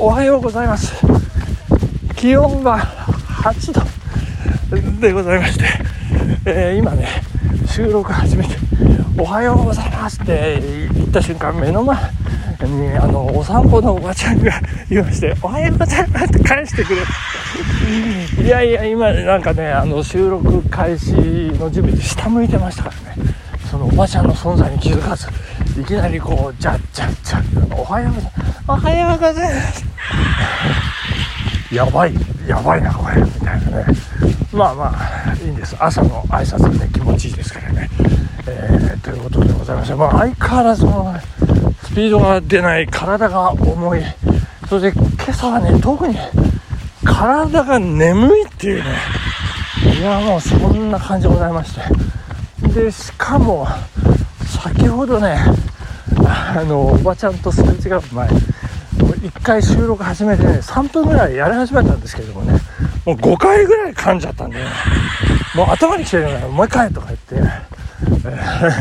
おはようございます。気温が8度でございまして、今ね収録始めておはようございますって言った瞬間、目の前にお散歩のおばちゃんがいまして、おはようございますって返してくれいやいや、今なんかね収録開始の準備で下向いてましたからね、そのおばちゃんの存在に気づかず、いきなりこうジャッジャッジャッ、おはようございます、おはようございますやばいなこれみたいなね。まあいいんです。朝の挨拶はね気持ちいいですからね、ということでございまして、相変わらずスピードが出ない、体が重い、それで今朝はね特に体が眠いっていうね、いやもうそんな感じでございまして、でしかも先ほどねおばちゃんとすれ違う前、1回収録始めてね3分ぐらいやり始めたんですけれどもね、もう5回ぐらい噛んじゃったんで、もう頭に来てるのもう一回とか言って、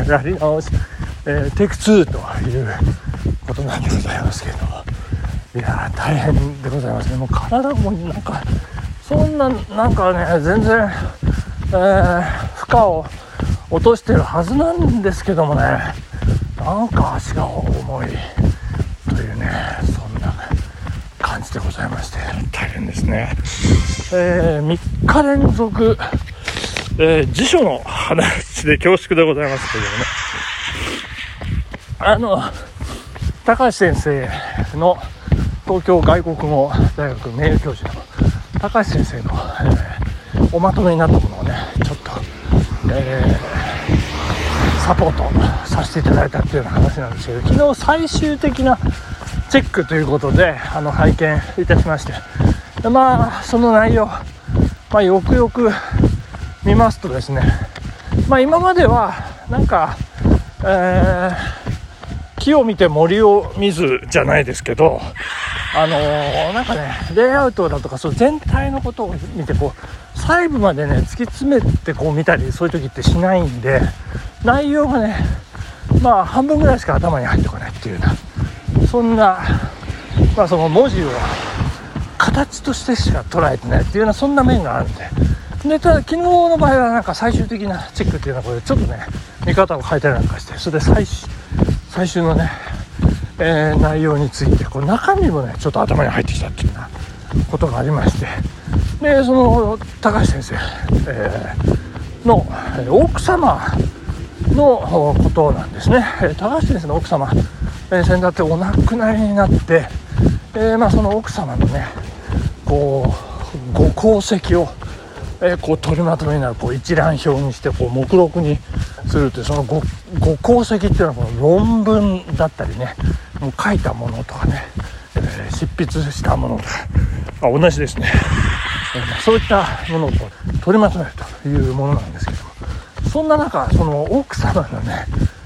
やり直し、テイク2ということなんでございますけれども、いや大変でございますね。もう体もなんかそんななんかね全然、負荷を落としてるはずなんですけどもね、なんか足が重いというね、そんな感じでございまして大変ですね。3日連続、辞書の話で恐縮でございますけどもね、高橋先生の東京外国語大学名誉教授の高橋先生の、おまとめになったものをねちょっと、サポートさせていただいたっていうような話なんですけど、昨日最終的なチェックということで拝見いたしまして、その内容、よくよく見ますとですね、今まではなんか、木を見て森を見ずじゃないですけど、なんかねレイアウトだとかそう全体のことを見てこう細部までね突き詰めてこう見たりそういう時ってしないんで、内容がね半分ぐらいしか頭に入ってこないっていうような、そんなその文字を形としてしか捉えてないっていうような、そんな面があるんで、ただ昨日の場合はなんか最終的なチェックっていうのはこれちょっとね見方を変えたりなんかして、それで最終のね、内容についてこう中身もねちょっと頭に入ってきたっていうようなことがありまして、でその高橋先生、の奥様のことなんですね。高橋先生の奥様、先だってお亡くなりになって、その奥様のねこうご功績を、こう取りまとめになるこう一覧表にしてこう目録にするという、そのご功績っていうのはこの論文だったりね、もう書いたものとかね、執筆したものとか同じですね、そういったものをこう取りまとめるというものなんですけども、そんな中その奥様のね、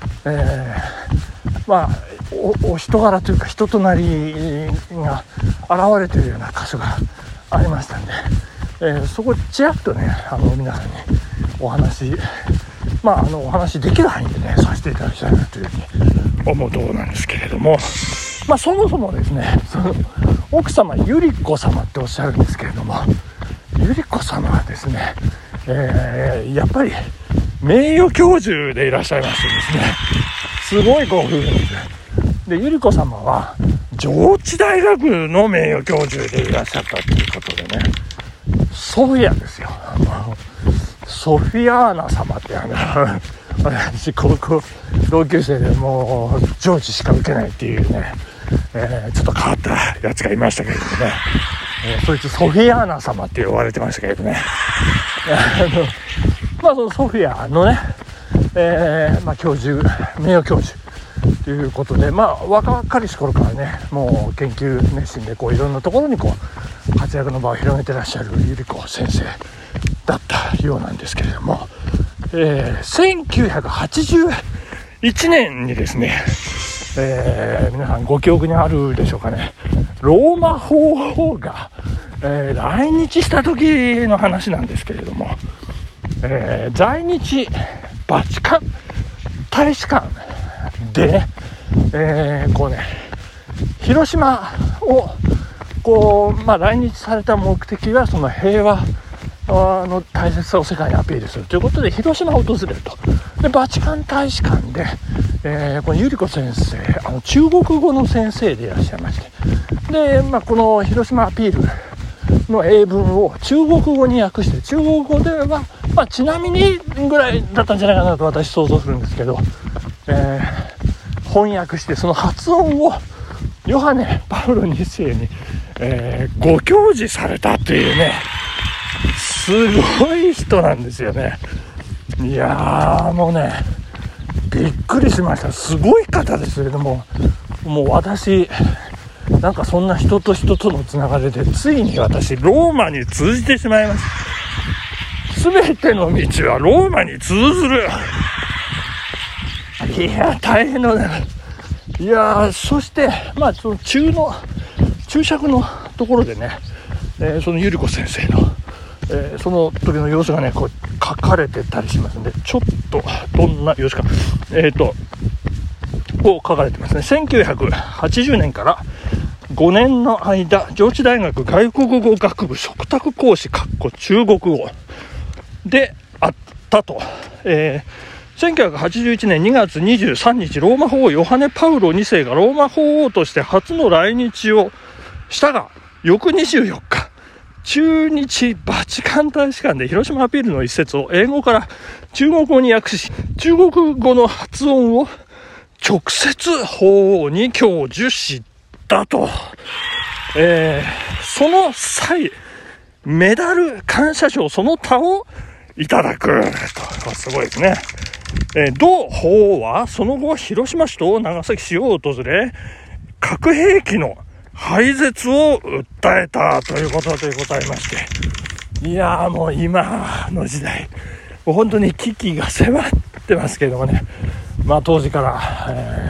お人柄というか人となりが現れているような箇所がありましたんで、そこちらっとね皆さんにお話お話できる範囲でねさせていただきたいなというふうに思うところなんですけれども、そもそもですね、その奥様ゆり子様っておっしゃるんですけれども、ゆり子様はですね、やっぱり名誉教授でいらっしゃいましてですね、すごいご夫婦で、ゆり子様は上智大学の名誉教授でいらっしゃったということでね、ソフィアですよ。ソフィアーナ様って私高校同級生でもう上智しか受けないっていうね、ちょっと変わったやつがいましたけれどもね、そいつソフィアーナ様って呼ばれてましたけれどね、そのソフィアのね、教授、名誉教授ということで、若かりし頃からねもう研究熱心でこういろんなところにこう活躍の場を広げてらっしゃるゆり子先生だったようなんですけれども、1981年にですね、皆さんご記憶にあるでしょうかね、ローマ法王が、来日した時の話なんですけれども、在日バチカン大使館でね、こうね広島を来日された目的はその平和の大切さを世界にアピールするということで広島を訪れると。でバチカン大使館で、この百合子先生中国語の先生でいらっしゃいまして、で、この広島アピールの英文を中国語に訳して、中国語では、ちなみにぐらいだったんじゃないかなと私想像するんですけど、翻訳してその発音をヨハネ・パウロ2世に、ご教示されたっていうね、すごい人なんですよね。いやーもうねびっくりしました。すごい方ですけれども、もう私なんかそんな人と人とのつながりでついに私ローマに通じてしまいました。全ての道はローマに通ずる。いや大変なことだ。いやそしてその注釈のところでね、その百合子先生の、その時の様子がねこう書かれてたりしますので、ちょっとどんな様子かこう書かれてますね。1980年から5年の間上智大学外国語学部嘱託講師中国語であったと、1981年2月23日ローマ法王ヨハネ・パウロ2世がローマ法王として初の来日をしたが、翌24日駐日バチカン大使館で広島アピールの一節を英語から中国語に訳し、中国語の発音を直接法王に教授したと、その際メダル感謝状その他をいただくと。すごいですね。同法王はその後広島市と長崎市を訪れ、核兵器の廃絶を訴えたということでございまして、いやもう今の時代もう本当に危機が迫ってますけれどもね、当時から、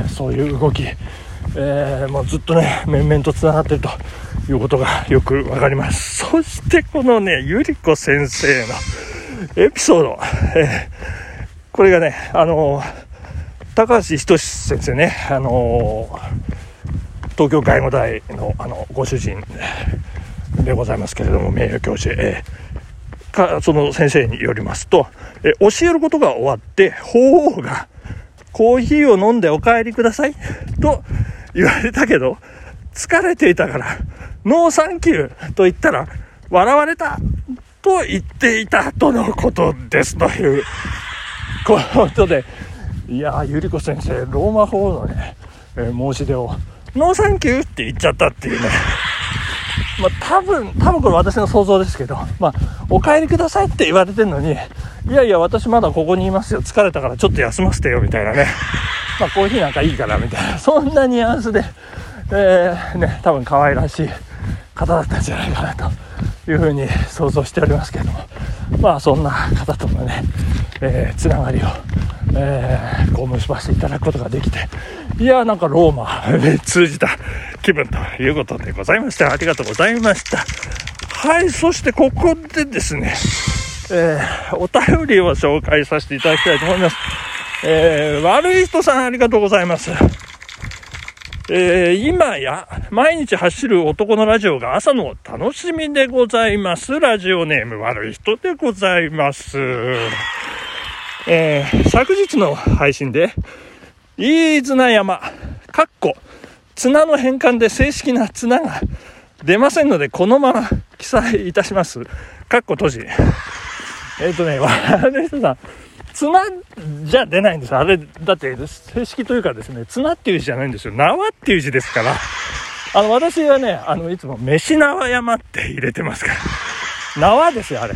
そういう動き、もうずっとね面々とつながっているということがよくわかります。そしてこのね百合子先生のエピソード、これがね高橋仁先生ね、東京外語大のご主人でございますけれども、名誉教授、その先生によりますと、教えることが終わって法王がコーヒーを飲んでお帰りくださいと言われたけど疲れていたからノーサンキューと言ったら笑われたと言っていたとのことですということで、いや百合子先生ローマ法王のね、申し出をノーサンキューって言っちゃったっていうね、多分これ私の想像ですけど、お帰りくださいって言われてるのに、いやいや私まだここにいますよ、疲れたからちょっと休ませてよみたいなね、コーヒーなんかいいからみたいな、そんなニュアンスで、多分可愛らしい方だったんじゃないかなというふうに想像しておりますけれども、そんな方とのね、つながりを、こう結ばせていただくことができて、いやなんかローマで通じた気分ということでございました。ありがとうございました。はい、そしてここでですね、お便りを紹介させていただきたいと思います。悪い人さんありがとうございます。今や毎日走る男のラジオが朝の楽しみでございます。ラジオネーム悪い人でございます。昨日の配信で飯綱山綱の変換で正式な綱が出ませんのでこのまま記載いたします閉じ。悪い人さん綱じゃ出ないんです。あれだって正式というかですね、綱っていう字じゃないんですよ、縄っていう字ですから。私はねいつも飯縄山って入れてますから縄ですよあれ。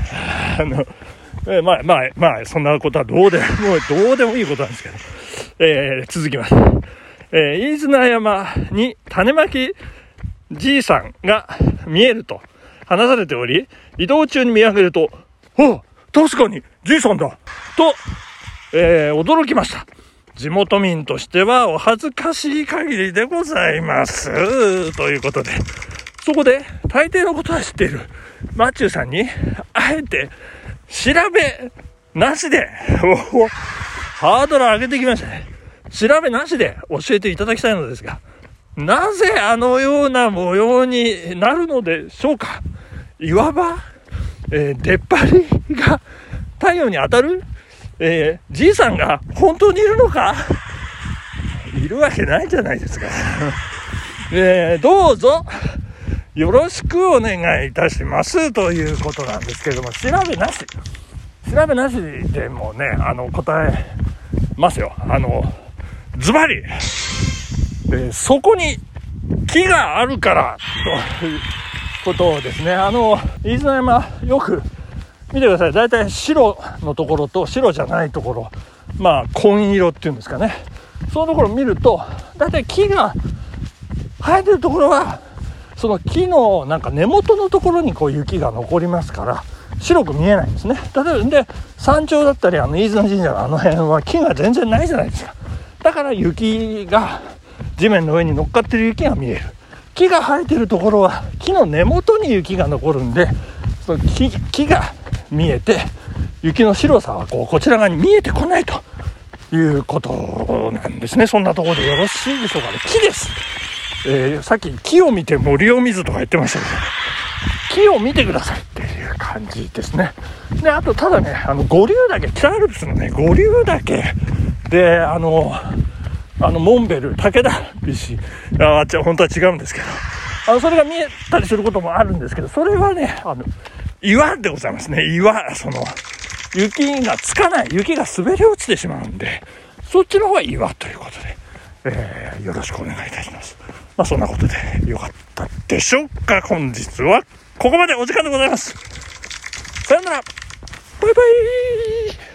そんなことはどうでもいいことなんですけど、続きます。飯綱山に種まきじいさんが見えると話されており、移動中に見上げると確かにじいさんだと、驚きました。地元民としてはお恥ずかしい限りでございますということで、そこで大抵のことは知っているマチューさんにあえて調べなしでハードル上げてきましたね。調べなしで教えていただきたいのですが、 なぜあのような模様になるのでしょうか。いわば、出っ張りが太陽に当たる、じいさんが本当にいるのか。いるわけないじゃないですか。どうぞよろしくお願いいたしますということなんですけども、調べなしでもね、答えますよ。ズバリ、そこに木があるからということをですね、飯綱山よく見てください。だいたい白のところと白じゃないところ、紺色っていうんですかね、そのところを見ると、だいたい木が生えてるところはその木のなんか根元のところにこう雪が残りますから白く見えないんですね。例えばで山頂だったり飯綱神社のあの辺は木が全然ないじゃないですか。だから雪が地面の上に乗っかってる雪が見える。木が生えてるところは木の根元に雪が残るんで、その 木が見えて雪の白さはこちら側に見えてこないということなんですね。そんなところでよろしいでしょうかね。木です。さっき木を見て森を見ずとか言ってましたけど、木を見てくださいっていう感じですね。で、あとただね、五竜岳、北アルプスのね、五竜岳で、モンベル、武田石、本当は違うんですけど、それが見えたりすることもあるんですけど、それはね、岩でございますね。岩、雪がつかない、雪が滑り落ちてしまうんで、そっちの方が岩ということで、よろしくお願いいたします。そんなことでよかったでしょうか。本日はここまで。お時間でございます。さよなら。バイバイ。